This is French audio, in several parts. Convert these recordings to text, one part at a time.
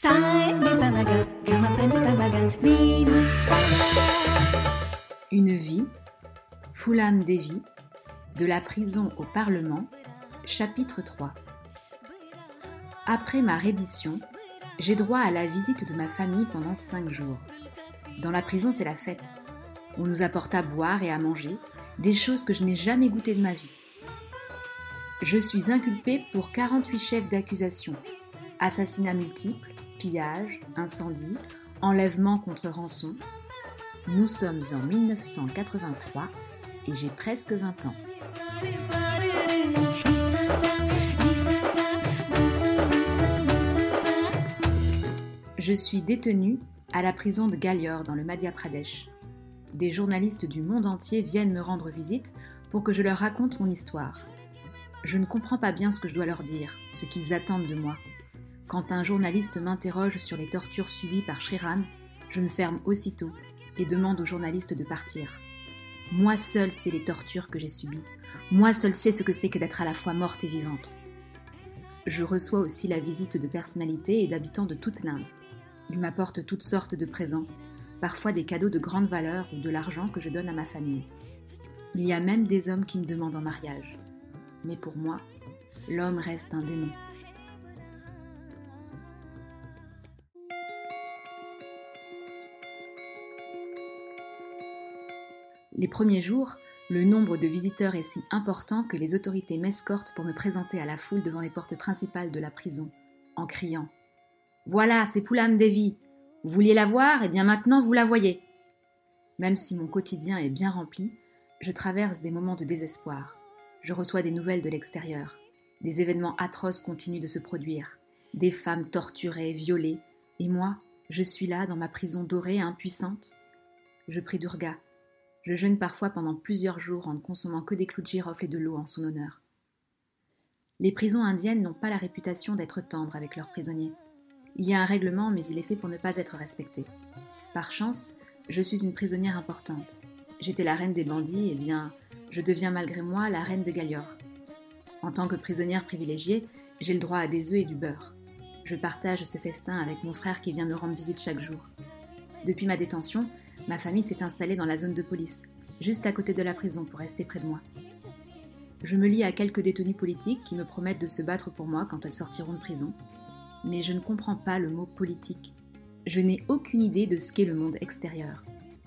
Une vie, Phulam Devi, de la prison au Parlement, chapitre 3. Après ma reddition, j'ai droit à la visite de ma famille pendant 5 jours. Dans la prison, c'est la fête. On nous apporte à boire et à manger, des choses que je n'ai jamais goûtées de ma vie. Je suis inculpée pour 48 chefs d'accusation, assassinats multiples, pillage, incendie, enlèvement contre rançon. Nous sommes en 1983 et j'ai presque 20 ans. Je suis détenue à la prison de Galliore dans le Madhya Pradesh. Des journalistes du monde entier viennent me rendre visite pour que je leur raconte mon histoire. Je ne comprends pas bien ce que je dois leur dire, ce qu'ils attendent de moi. Quand un journaliste m'interroge sur les tortures subies par Shriram, je me ferme aussitôt et demande au journaliste de partir. Moi seule sais les tortures que j'ai subies. Moi seule sais ce que c'est que d'être à la fois morte et vivante. Je reçois aussi la visite de personnalités et d'habitants de toute l'Inde. Ils m'apportent toutes sortes de présents, parfois des cadeaux de grande valeur ou de l'argent que je donne à ma famille. Il y a même des hommes qui me demandent en mariage. Mais pour moi, l'homme reste un démon. Les premiers jours, le nombre de visiteurs est si important que les autorités m'escortent pour me présenter à la foule devant les portes principales de la prison, en criant « Voilà, c'est Phulam Devi. Vous vouliez la voir, et bien maintenant vous la voyez !» Même si mon quotidien est bien rempli, je traverse des moments de désespoir. Je reçois des nouvelles de l'extérieur. Des événements atroces continuent de se produire. Des femmes torturées, violées. Et moi, je suis là, dans ma prison dorée, impuissante. Je prie Durga. Je jeûne parfois pendant plusieurs jours en ne consommant que des clous de girofle et de l'eau en son honneur. Les prisons indiennes n'ont pas la réputation d'être tendres avec leurs prisonniers. Il y a un règlement, mais il est fait pour ne pas être respecté. Par chance, je suis une prisonnière importante. J'étais la reine des bandits, et bien, je deviens malgré moi la reine de Galliore. En tant que prisonnière privilégiée, j'ai le droit à des œufs et du beurre. Je partage ce festin avec mon frère qui vient me rendre visite chaque jour. Depuis ma détention, ma famille s'est installée dans la zone de police, juste à côté de la prison pour rester près de moi. Je me lie à quelques détenus politiques qui me promettent de se battre pour moi quand elles sortiront de prison. Mais je ne comprends pas le mot politique. Je n'ai aucune idée de ce qu'est le monde extérieur.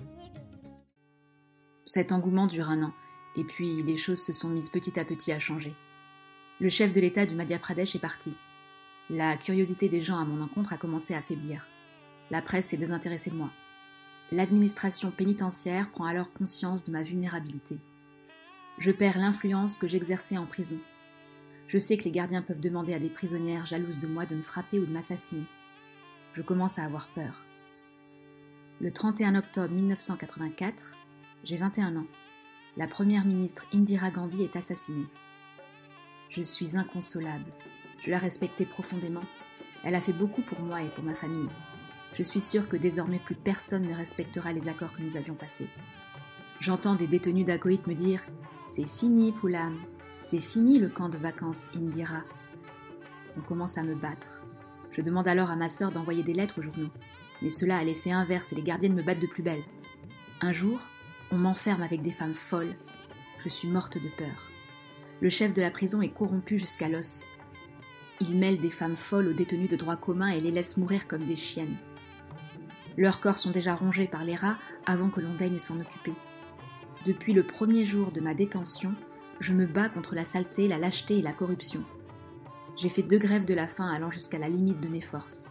Cet engouement dure 1 an, et puis les choses se sont mises petit à petit à changer. Le chef de l'État du Madhya Pradesh est parti. La curiosité des gens à mon encontre a commencé à faiblir. La presse s'est désintéressée de moi. L'administration pénitentiaire prend alors conscience de ma vulnérabilité. Je perds l'influence que j'exerçais en prison. Je sais que les gardiens peuvent demander à des prisonnières jalouses de moi de me frapper ou de m'assassiner. Je commence à avoir peur. Le 31 octobre 1984, j'ai 21 ans. La première ministre Indira Gandhi est assassinée. Je suis inconsolable. Je la respectais profondément. Elle a fait beaucoup pour moi et pour ma famille. Je suis sûre que désormais plus personne ne respectera les accords que nous avions passés. J'entends des détenus dacoïtes me dire « C'est fini, Phulam. C'est fini le camp de vacances, Indira. » On commence à me battre. Je demande alors à ma sœur d'envoyer des lettres aux journaux. Mais cela a l'effet inverse et les gardiennes me battent de plus belle. Un jour, on m'enferme avec des femmes folles. Je suis morte de peur. Le chef de la prison est corrompu jusqu'à l'os. Il mêle des femmes folles aux détenus de droit commun et les laisse mourir comme des chiennes. Leurs corps sont déjà rongés par les rats avant que l'on daigne s'en occuper. Depuis le premier jour de ma détention, je me bats contre la saleté, la lâcheté et la corruption. J'ai fait 2 grèves de la faim allant jusqu'à la limite de mes forces.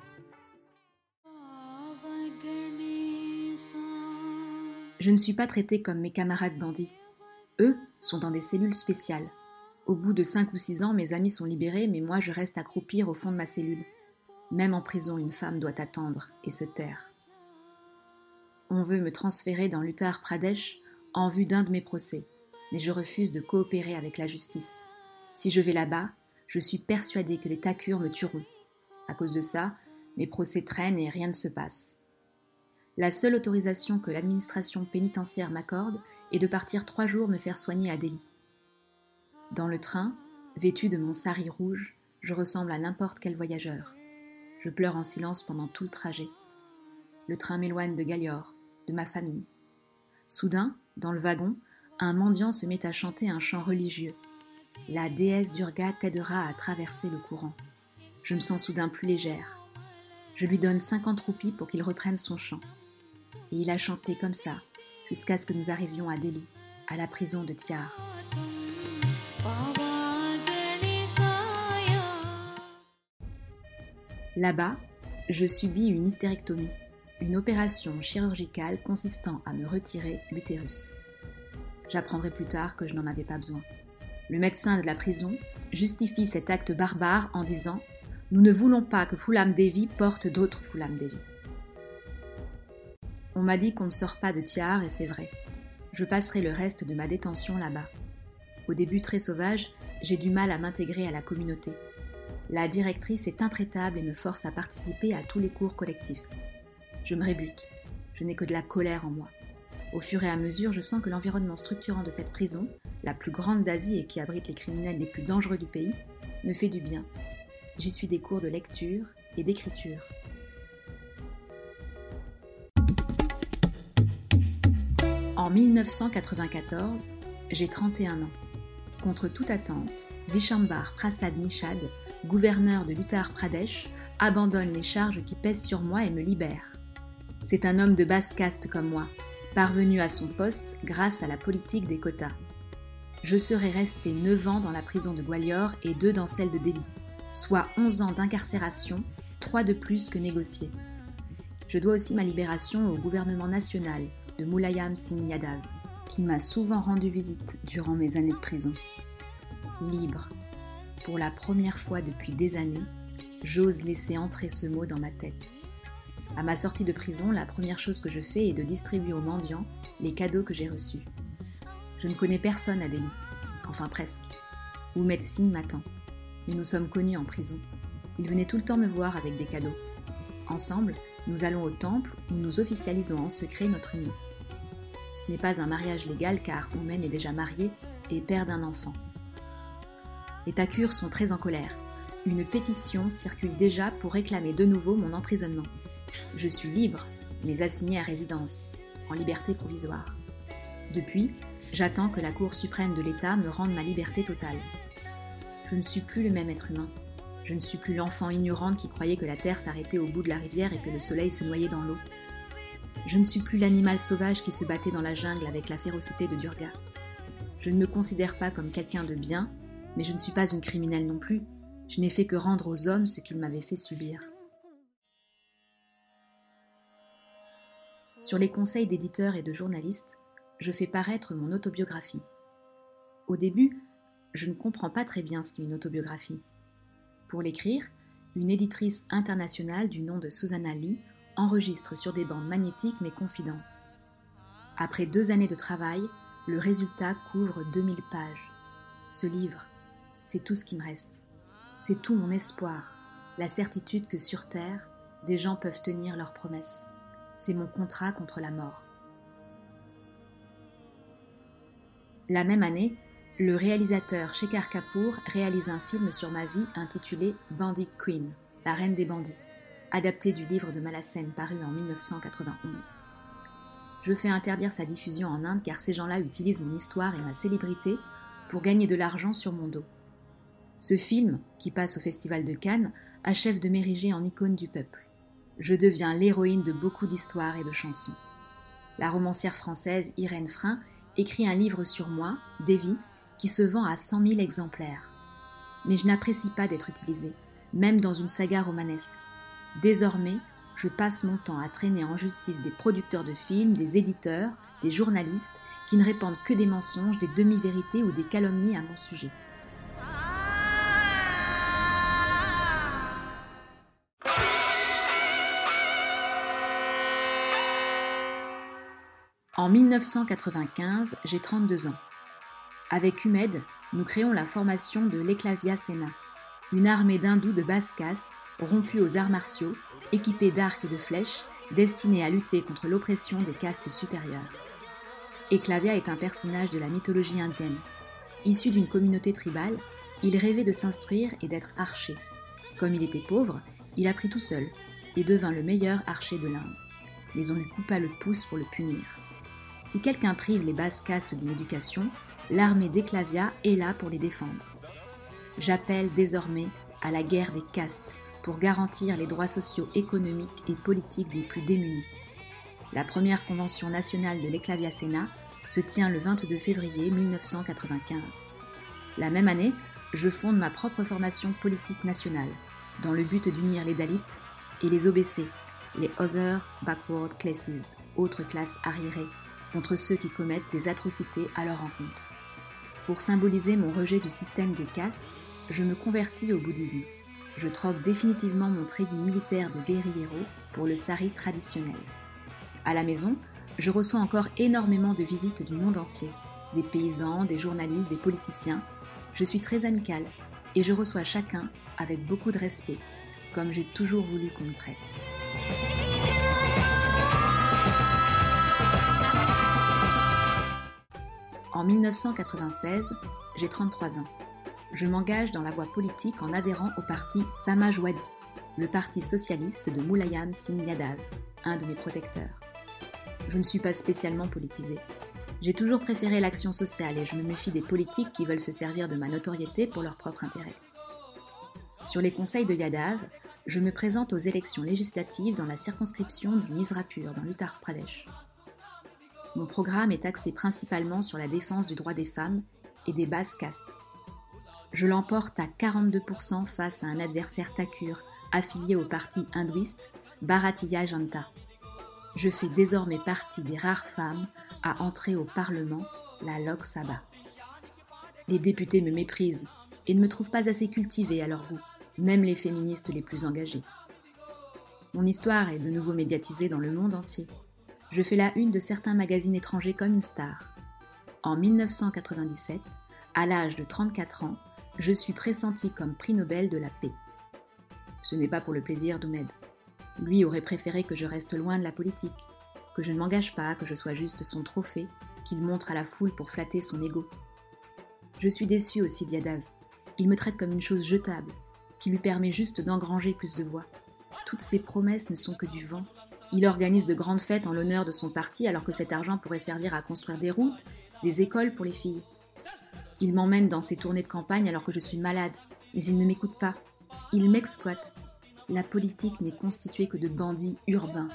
Je ne suis pas traitée comme mes camarades bandits. Eux sont dans des cellules spéciales. Au bout de 5 ou 6 ans, mes amis sont libérés, mais moi je reste à croupir au fond de ma cellule. Même en prison, une femme doit attendre et se taire. On veut me transférer dans l'Uttar Pradesh en vue d'un de mes procès, mais je refuse de coopérer avec la justice. Si je vais là-bas, je suis persuadée que les Thakurs me tueront. À cause de ça, mes procès traînent et rien ne se passe. La seule autorisation que l'administration pénitentiaire m'accorde est de partir 3 jours me faire soigner à Delhi. Dans le train, vêtue de mon sari rouge, je ressemble à n'importe quel voyageur. Je pleure en silence pendant tout le trajet. Le train m'éloigne de Gallior, de ma famille. Soudain, dans le wagon, un mendiant se met à chanter un chant religieux. La déesse Durga t'aidera à traverser le courant. Je me sens soudain plus légère. Je lui donne 50 roupies pour qu'il reprenne son chant. Et il a chanté comme ça, jusqu'à ce que nous arrivions à Delhi, à la prison de Tiar. Là-bas, je subis une hystérectomie, une opération chirurgicale consistant à me retirer l'utérus. J'apprendrai plus tard que je n'en avais pas besoin. Le médecin de la prison justifie cet acte barbare en disant « Nous ne voulons pas que Phulam Devi porte d'autres Phulam Devi ». On m'a dit qu'on ne sort pas de Tiar et c'est vrai. Je passerai le reste de ma détention là-bas. Au début très sauvage, j'ai du mal à m'intégrer à la communauté. La directrice est intraitable et me force à participer à tous les cours collectifs. Je me rébute. Je n'ai que de la colère en moi. Au fur et à mesure, je sens que l'environnement structurant de cette prison, la plus grande d'Asie et qui abrite les criminels les plus dangereux du pays, me fait du bien. J'y suis des cours de lecture et d'écriture. En 1994, j'ai 31 ans. Contre toute attente, Vishambar Prasad Nishad, gouverneur de l'Uttar Pradesh, abandonne les charges qui pèsent sur moi et me libère. C'est un homme de basse caste comme moi, parvenu à son poste grâce à la politique des quotas. Je serais resté 9 ans dans la prison de Gwalior et 2 dans celle de Delhi, soit 11 ans d'incarcération, 3 de plus que négociés. Je dois aussi ma libération au gouvernement national de Mulayam Singh Yadav, qui m'a souvent rendu visite durant mes années de prison. Libre. Pour la première fois depuis des années, j'ose laisser entrer ce mot dans ma tête. À ma sortie de prison, la première chose que je fais est de distribuer aux mendiants les cadeaux que j'ai reçus. Je ne connais personne à Delhi, enfin presque. Oumed Singh m'attend. Nous nous sommes connus en prison. Il venait tout le temps me voir avec des cadeaux. Ensemble, nous allons au temple où nous officialisons en secret notre union. Ce n'est pas un mariage légal car Oumed est déjà marié et père d'un enfant. Les Thakurs sont très en colère. Une pétition circule déjà pour réclamer de nouveau mon emprisonnement. Je suis libre, mais assigné à résidence, en liberté provisoire. Depuis, j'attends que la Cour suprême de l'État me rende ma liberté totale. Je ne suis plus le même être humain. Je ne suis plus l'enfant ignorante qui croyait que la terre s'arrêtait au bout de la rivière et que le soleil se noyait dans l'eau. Je ne suis plus l'animal sauvage qui se battait dans la jungle avec la férocité de Durga. Je ne me considère pas comme quelqu'un de bien, mais je ne suis pas une criminelle non plus. Je n'ai fait que rendre aux hommes ce qu'ils m'avaient fait subir. Sur les conseils d'éditeurs et de journalistes, je fais paraître mon autobiographie. Au début, je ne comprends pas très bien ce qu'est une autobiographie. Pour l'écrire, une éditrice internationale du nom de Susanna Lee enregistre sur des bandes magnétiques mes confidences. Après 2 années de travail, le résultat couvre 2000 pages. Ce livre, c'est tout ce qui me reste. C'est tout mon espoir, la certitude que sur Terre, des gens peuvent tenir leurs promesses. C'est mon contrat contre la mort. La même année, le réalisateur Shekhar Kapoor réalise un film sur ma vie intitulé Bandit Queen, la reine des bandits, adapté du livre de Malacène paru en 1991. Je fais interdire sa diffusion en Inde car ces gens-là utilisent mon histoire et ma célébrité pour gagner de l'argent sur mon dos. Ce film, qui passe au Festival de Cannes, achève de m'ériger en icône du peuple. Je deviens l'héroïne de beaucoup d'histoires et de chansons. La romancière française Irène Frein écrit un livre sur moi, Devi, qui se vend à 100 000 exemplaires. Mais je n'apprécie pas d'être utilisée, même dans une saga romanesque. Désormais, je passe mon temps à traîner en justice des producteurs de films, des éditeurs, des journalistes qui ne répandent que des mensonges, des demi-vérités ou des calomnies à mon sujet. En 1995, j'ai 32 ans. Avec Umed, nous créons la formation de l'Eklavya Sena, une armée d'hindous de basse caste, rompus aux arts martiaux, équipés d'arcs et de flèches, destinés à lutter contre l'oppression des castes supérieures. Eklavya est un personnage de la mythologie indienne. Issu d'une communauté tribale, il rêvait de s'instruire et d'être archer. Comme il était pauvre, Il apprit tout seul et devint le meilleur archer de l'Inde. Mais on lui coupa le pouce pour le punir. Si quelqu'un prive les basses castes d'une éducation, l'armée d'Eklavya est là pour les défendre. J'appelle désormais à la guerre des castes pour garantir les droits sociaux, économiques et politiques des plus démunis. La première convention nationale de l'Eklavya Sena se tient le 22 février 1995. La même année, je fonde ma propre formation politique nationale, dans le but d'unir les Dalits et les OBC, les Other Backward Classes, autres classes arriérées, contre ceux qui commettent des atrocités à leur encontre. Pour symboliser mon rejet du système des castes, je me convertis au bouddhisme. Je troque définitivement mon treillis militaire de guerriero pour le sari traditionnel. À la maison, je reçois encore énormément de visites du monde entier, des paysans, des journalistes, des politiciens. Je suis très amicale et je reçois chacun avec beaucoup de respect, comme j'ai toujours voulu qu'on me traite. En 1996, j'ai 33 ans. Je m'engage dans la voie politique en adhérant au parti Samajwadi, le parti socialiste de Mulayam Singh Yadav, un de mes protecteurs. Je ne suis pas spécialement politisée. J'ai toujours préféré l'action sociale et je me méfie des politiques qui veulent se servir de ma notoriété pour leur propre intérêt. Sur les conseils de Yadav, je me présente aux élections législatives dans la circonscription du Mizrapur, dans l'Uttar Pradesh. Mon programme est axé principalement sur la défense du droit des femmes et des basses castes. Je l'emporte à 42% face à un adversaire Thakur affilié au parti hindouiste Bharatiya Janata. Je fais désormais partie des rares femmes à entrer au Parlement, la Lok Sabha. Les députés me méprisent et ne me trouvent pas assez cultivée à leur goût, même les féministes les plus engagées. Mon histoire est de nouveau médiatisée dans le monde entier. Je fais la une de certains magazines étrangers comme une star. En 1997, à l'âge de 34 ans, je suis pressentie comme prix Nobel de la paix. Ce n'est pas pour le plaisir d'Oumed. Lui aurait préféré que je reste loin de la politique, que je ne m'engage pas, que je sois juste son trophée, qu'il montre à la foule pour flatter son ego. Je suis déçue aussi d'Yadav. Il me traite comme une chose jetable, qui lui permet juste d'engranger plus de voix. Toutes ses promesses ne sont que du vent. Il organise de grandes fêtes en l'honneur de son parti alors que cet argent pourrait servir à construire des routes, des écoles pour les filles. Il m'emmène dans ses tournées de campagne alors que je suis malade, mais il ne m'écoute pas. Il m'exploite. La politique n'est constituée que de bandits urbains.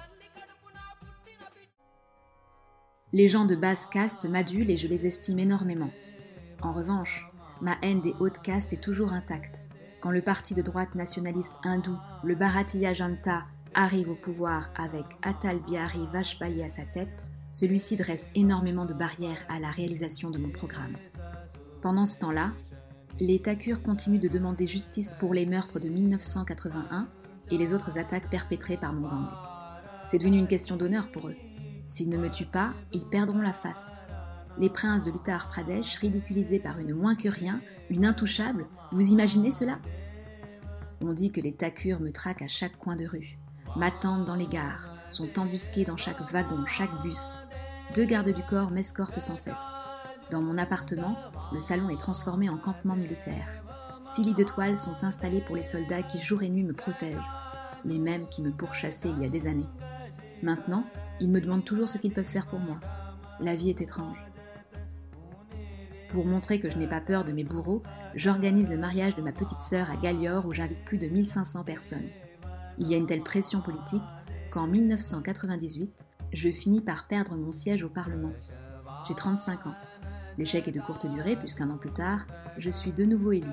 Les gens de basse caste m'adulent et je les estime énormément. En revanche, ma haine des hautes castes est toujours intacte. Quand le parti de droite nationaliste hindou, le Bharatiya Janata, arrive au pouvoir avec Atal Bihari Vajpayee à sa tête, celui-ci dresse énormément de barrières à la réalisation de mon programme. Pendant ce temps-là, les Thakur continuent de demander justice pour les meurtres de 1981 et les autres attaques perpétrées par mon gang. C'est devenu une question d'honneur pour eux. S'ils ne me tuent pas, ils perdront la face. Les princes de l'Uttar Pradesh, ridiculisés par une moins que rien, une intouchable, vous imaginez cela ? On dit que les Thakur me traquent à chaque coin de rue, m'attendent dans les gares, sont embusqués dans chaque wagon, chaque bus. 2 gardes du corps m'escortent sans cesse. Dans mon appartement, le salon est transformé en campement militaire. 6 lits de toile sont installés pour les soldats qui jour et nuit me protègent, les mêmes qui me pourchassaient il y a des années. Maintenant, ils me demandent toujours ce qu'ils peuvent faire pour moi. La vie est étrange. Pour montrer que je n'ai pas peur de mes bourreaux, j'organise le mariage de ma petite sœur à Galliore où j'invite plus de 1500 personnes. Il y a une telle pression politique qu'en 1998, je finis par perdre mon siège au Parlement. J'ai 35 ans. L'échec est de courte durée puisqu'un an plus tard, je suis de nouveau élue.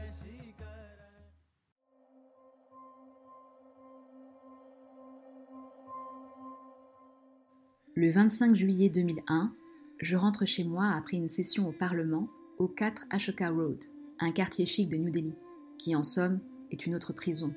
Le 25 juillet 2001, je rentre chez moi après une session au Parlement au 4 Ashoka Road, un quartier chic de New Delhi, qui en somme est une autre prison.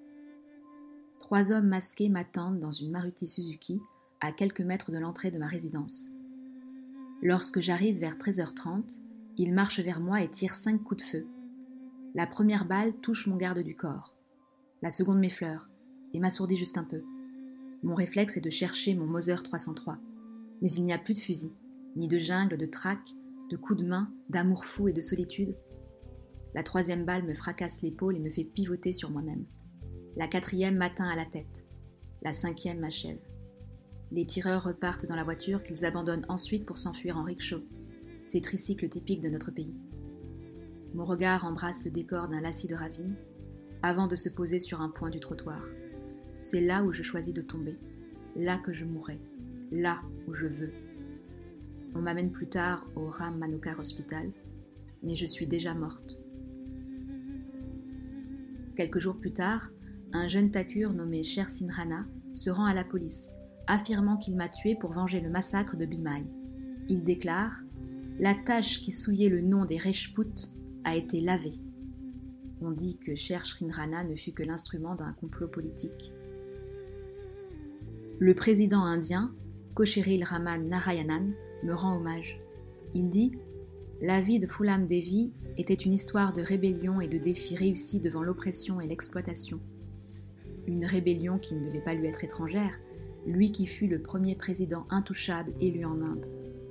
3 hommes masqués m'attendent dans une Maruti Suzuki à quelques mètres de l'entrée de ma résidence. Lorsque j'arrive vers 13h30, ils marchent vers moi et tirent 5 coups de feu. La première balle touche mon garde du corps. La seconde m'effleure et m'assourdit juste un peu. Mon réflexe est de chercher mon Mauser 303. Mais il n'y a plus de fusil, ni de jungle, de traque, de coups de main, d'amour fou et de solitude. La 3e balle me fracasse l'épaule et me fait pivoter sur moi-même. La 4e m'atteint à la tête. La 5e m'achève. Les tireurs repartent dans la voiture qu'ils abandonnent ensuite pour s'enfuir en rickshaw. C'est tricycle typique de notre pays. Mon regard embrasse le décor d'un lacis de ravine avant de se poser sur un point du trottoir. C'est là où je choisis de tomber, là que je mourrai, là où je veux. On m'amène plus tard au Ram Manohar Hospital, mais je suis déjà morte. Quelques jours plus tard, un jeune Thakur nommé Sher Singh Rana se rend à la police, affirmant qu'il m'a tué pour venger le massacre de Bhimai. Il déclare « La tache qui souillait le nom des Rajputs a été lavée ». On dit que Sher Singh Rana ne fut que l'instrument d'un complot politique. Le président indien, Kosheril Raman Narayanan, me rend hommage. Il dit « La vie de Phulam Devi était une histoire de rébellion et de défi réussi devant l'oppression et l'exploitation. Une rébellion qui ne devait pas lui être étrangère, lui qui fut le premier président intouchable élu en Inde. »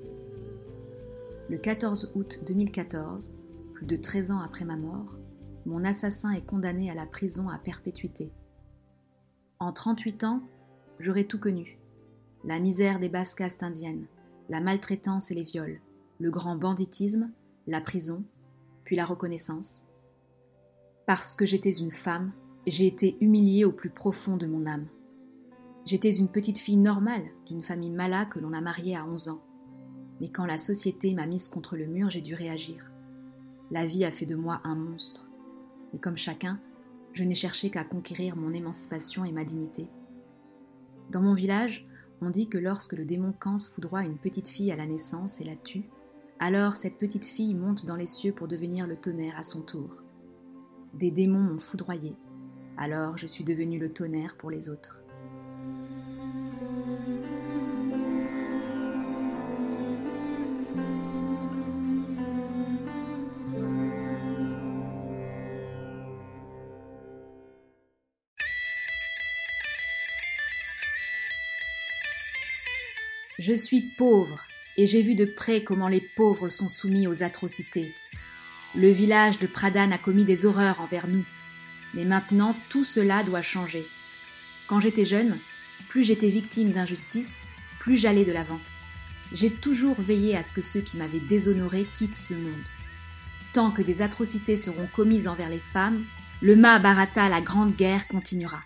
Le 14 août 2014, plus de 13 ans après ma mort, mon assassin est condamné à la prison à perpétuité. En 38 ans, j'aurais tout connu. La misère des basses castes indiennes, la maltraitance et les viols, le grand banditisme, la prison, puis la reconnaissance. Parce que j'étais une femme, j'ai été humiliée au plus profond de mon âme. J'étais une petite fille normale d'une famille mala que l'on a mariée à 11 ans. Mais quand la société m'a mise contre le mur, j'ai dû réagir. La vie a fait de moi un monstre. Et comme chacun, je n'ai cherché qu'à conquérir mon émancipation et ma dignité. Dans mon village, on dit que lorsque le démon Kans foudroie une petite fille à la naissance et la tue, alors cette petite fille monte dans les cieux pour devenir le tonnerre à son tour. Des démons m'ont foudroyé, alors je suis devenue le tonnerre pour les autres. Je suis pauvre et j'ai vu de près comment les pauvres sont soumis aux atrocités. Le village de Pradhan a commis des horreurs envers nous. Mais maintenant, tout cela doit changer. Quand j'étais jeune, plus j'étais victime d'injustice, plus j'allais de l'avant. J'ai toujours veillé à ce que ceux qui m'avaient déshonoré quittent ce monde. Tant que des atrocités seront commises envers les femmes, le Mahabharata, la grande guerre, continuera.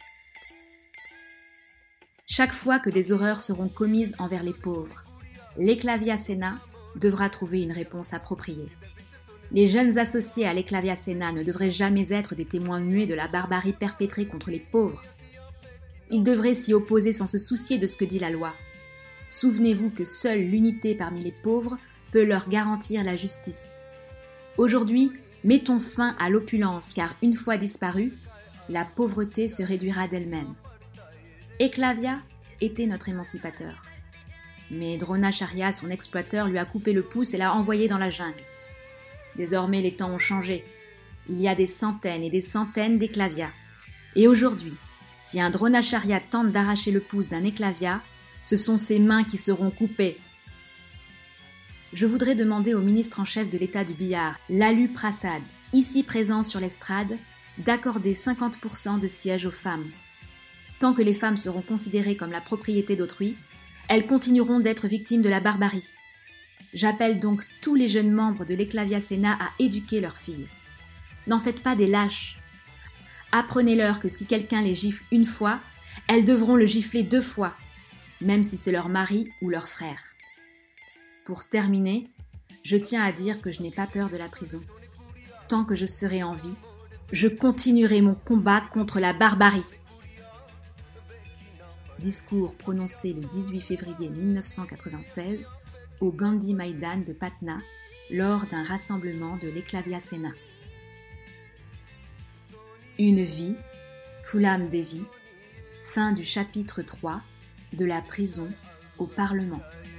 Chaque fois que des horreurs seront commises envers les pauvres, l'Eklavya Sena devra trouver une réponse appropriée. Les jeunes associés à l'Eklavya Sena ne devraient jamais être des témoins muets de la barbarie perpétrée contre les pauvres. Ils devraient s'y opposer sans se soucier de ce que dit la loi. Souvenez-vous que seule l'unité parmi les pauvres peut leur garantir la justice. Aujourd'hui, mettons fin à l'opulence car une fois disparue, la pauvreté se réduira d'elle-même. Eklavya était notre émancipateur. Mais Dronacharya, son exploiteur, lui a coupé le pouce et l'a envoyé dans la jungle. Désormais, les temps ont changé. Il y a des centaines et des centaines d'Eklavya. Et aujourd'hui, si un Dronacharya tente d'arracher le pouce d'un Eklavya, ce sont ses mains qui seront coupées. Je voudrais demander au ministre en chef de l'État du Bihar, Lalu Prasad, ici présent sur l'estrade, d'accorder 50% de sièges aux femmes. Tant que les femmes seront considérées comme la propriété d'autrui, elles continueront d'être victimes de la barbarie. J'appelle donc tous les jeunes membres de l'Eklavya Sena à éduquer leurs filles. N'en faites pas des lâches. Apprenez-leur que si quelqu'un les gifle une fois, elles devront le gifler 2 fois, même si c'est leur mari ou leur frère. Pour terminer, je tiens à dire que je n'ai pas peur de la prison. Tant que je serai en vie, je continuerai mon combat contre la barbarie. Discours prononcé le 18 février 1996 au Gandhi Maidan de Patna lors d'un rassemblement de l'Eklavya Sena. Une vie, Phulam Devi, fin du chapitre 3 de la prison au Parlement.